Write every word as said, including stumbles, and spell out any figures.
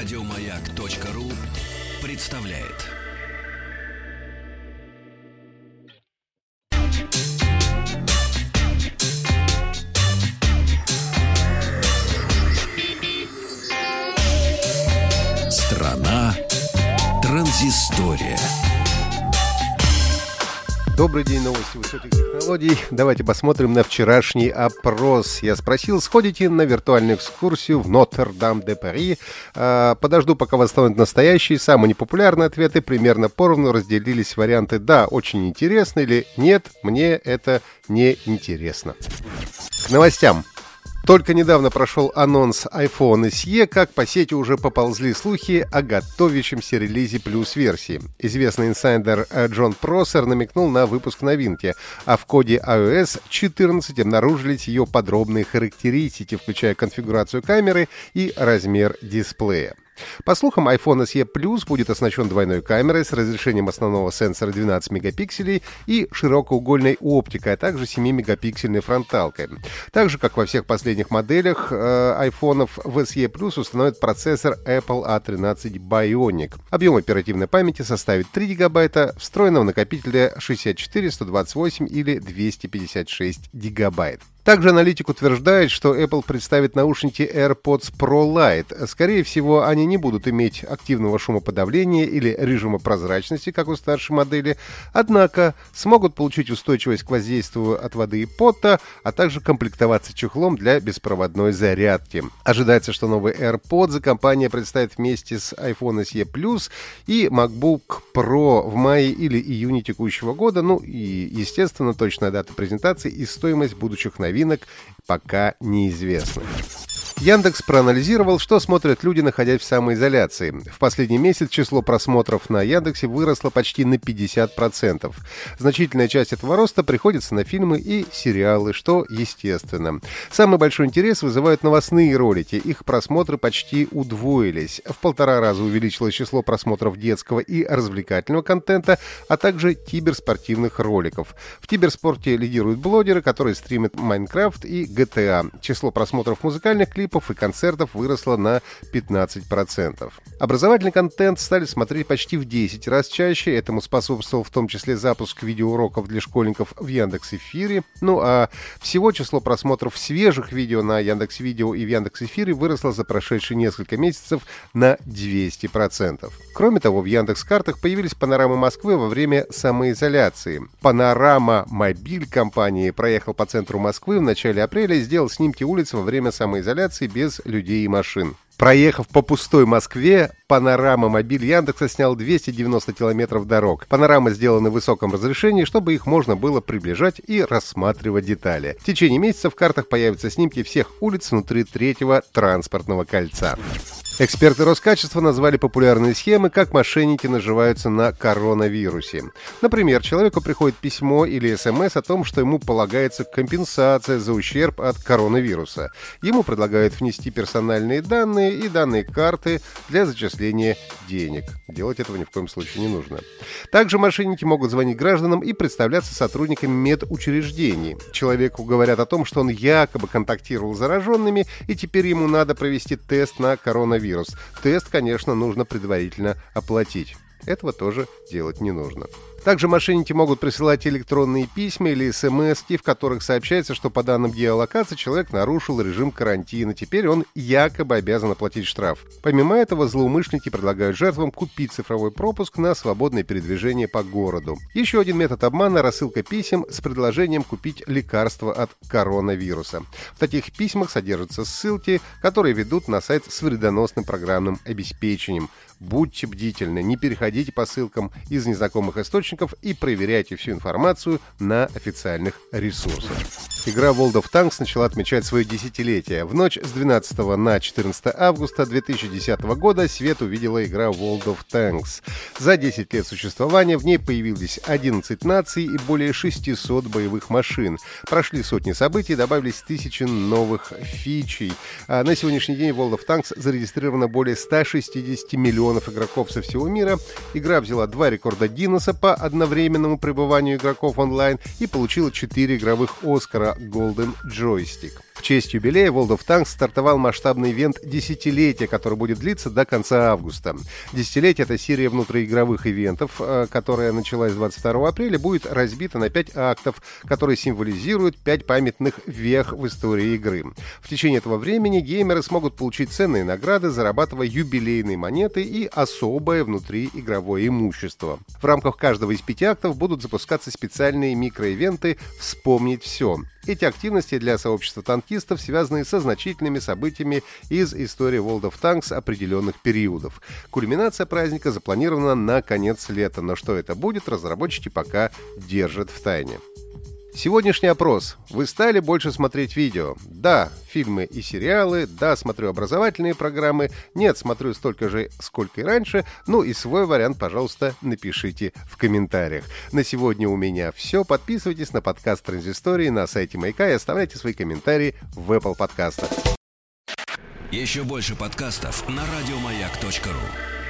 Радиомаяк.ру представляет. Страна транзистория. Добрый день, новости высоких технологий. Давайте посмотрим на вчерашний опрос. Я спросил, сходите на виртуальную экскурсию в Нотр-Дам-де-Пари? Подожду, пока восстановят настоящие. Самые непопулярные ответы примерно поровну разделились варианты «да, очень интересно» или «нет, мне это не интересно». К новостям. Только недавно прошел анонс iPhone эс и, как по сети уже поползли слухи о готовящемся релизе плюс-версии. Известный инсайдер Джон Просер намекнул на выпуск новинки, а в коде ай о эс четырнадцать обнаружились ее подробные характеристики, включая конфигурацию камеры и размер дисплея. По слухам, iPhone эс и Plus будет оснащен двойной камерой с разрешением основного сенсора двенадцать мегапикселей и широкоугольной оптикой, а также семимегапиксельной фронталкой. Так же, как во всех последних моделях э, айфонов, в эс и Plus установят процессор Apple эй тринадцать Bionic. Объем оперативной памяти составит три гигабайта, встроенного накопителя шестьдесят четыре, сто двадцать восемь или двести пятьдесят шесть гигабайт. Также аналитик утверждает, что Apple представит наушники AirPods Pro Lite. Скорее всего, они не будут иметь активного шумоподавления или режима прозрачности, как у старшей модели, однако смогут получить устойчивость к воздействию от воды и пота, а также комплектоваться чехлом для беспроводной зарядки. Ожидается, что новый AirPods компания представит вместе с iPhone эс и Plus и MacBook Pro в мае или июне текущего года. Ну и, естественно, точная дата презентации и стоимость будущих новинок новинок пока неизвестны. Яндекс проанализировал, что смотрят люди, находясь в самоизоляции. В последний месяц число просмотров на Яндексе выросло почти на пятьдесят процентов. Значительная часть этого роста приходится на фильмы и сериалы, что естественно. Самый большой интерес вызывают новостные ролики. Их просмотры почти удвоились. В полтора раза увеличилось число просмотров детского и развлекательного контента, а также киберспортивных роликов. В киберспорте лидируют блогеры, которые стримят Майнкрафт и джи ти эй. Число просмотров музыкальных клипов и концертов выросло на пятнадцать процентов. Образовательный контент стали смотреть почти в десять раз чаще. Этому способствовал в том числе запуск видеоуроков для школьников в Яндекс.Эфире. Ну а всего число просмотров свежих видео на Яндекс.Видео и в Яндекс.Эфире выросло за прошедшие несколько месяцев на двести процентов. Кроме того, в Яндекс.Картах появились панорамы Москвы во время самоизоляции. Панорама Мобиль компании проехал по центру Москвы в начале апреля и сделал снимки улиц во время самоизоляции без людей и машин. Проехав по пустой Москве, Панорама Мобиль Яндекса снял двести девяносто километров дорог. Панорамы сделаны в высоком разрешении, чтобы их можно было приближать и рассматривать детали. В течение месяца в картах появятся снимки всех улиц внутри третьего транспортного кольца. Эксперты Роскачества назвали популярные схемы, как мошенники наживаются на коронавирусе. Например, человеку приходит письмо или смс о том, что ему полагается компенсация за ущерб от коронавируса. Ему предлагают внести персональные данные и данные карты для зачисления денег. Делать этого ни в коем случае не нужно. Также мошенники могут звонить гражданам и представляться сотрудниками медучреждений. Человеку говорят о том, что он якобы контактировал с зараженными, и теперь ему надо провести тест на коронавирус. Тест, конечно, нужно предварительно оплатить. Этого тоже делать не нужно. Также мошенники могут присылать электронные письма или смски, в которых сообщается, что по данным геолокации человек нарушил режим карантина. Теперь он якобы обязан оплатить штраф. Помимо этого, злоумышленники предлагают жертвам купить цифровой пропуск на свободное передвижение по городу. Еще один метод обмана – рассылка писем с предложением купить лекарства от коронавируса. В таких письмах содержатся ссылки, которые ведут на сайт с вредоносным программным обеспечением. Будьте бдительны, не переходите по ссылкам из незнакомых источников и проверяйте всю информацию на официальных ресурсах. Игра World of Tanks начала отмечать свое десятилетие. В ночь с двенадцатого на четырнадцатое августа две тысячи десятого года свет увидела игра World of Tanks. За десять лет существования в ней появились одиннадцать наций и более шестисот боевых машин. Прошли сотни событий, добавились тысячи новых фичей. А на сегодняшний день в World of Tanks зарегистрировано более ста шестидесяти миллионов игроков со всего мира. Игра взяла два рекорда Гиннесса по одновременному пребыванию игроков онлайн и получила четыре игровых Оскара Golden Joystick. В честь юбилея World of Tanks стартовал масштабный ивент «Десятилетие», который будет длиться до конца августа. «Десятилетие» — это серия внутриигровых ивентов, которая началась двадцать второго апреля, будет разбита на пять актов, которые символизируют пять памятных вех в истории игры. В течение этого времени геймеры смогут получить ценные награды, зарабатывая юбилейные монеты и особое внутриигровое имущество. В рамках каждого из пяти актов будут запускаться специальные микроивенты «Вспомнить все». Эти активности для сообщества танкистов связаны со значительными событиями из истории World of Tanks определенных периодов. Кульминация праздника запланирована на конец лета, но что это будет, разработчики пока держат в тайне. Сегодняшний опрос. Вы стали больше смотреть видео? Да, фильмы и сериалы. Да, смотрю образовательные программы. Нет, смотрю столько же, сколько и раньше. Ну и свой вариант, пожалуйста, напишите в комментариях. На сегодня у меня все. Подписывайтесь на подкаст Транзистории на сайте Маяка и оставляйте свои комментарии в Apple подкастах. Еще больше подкастов на радиомаяк точка ру.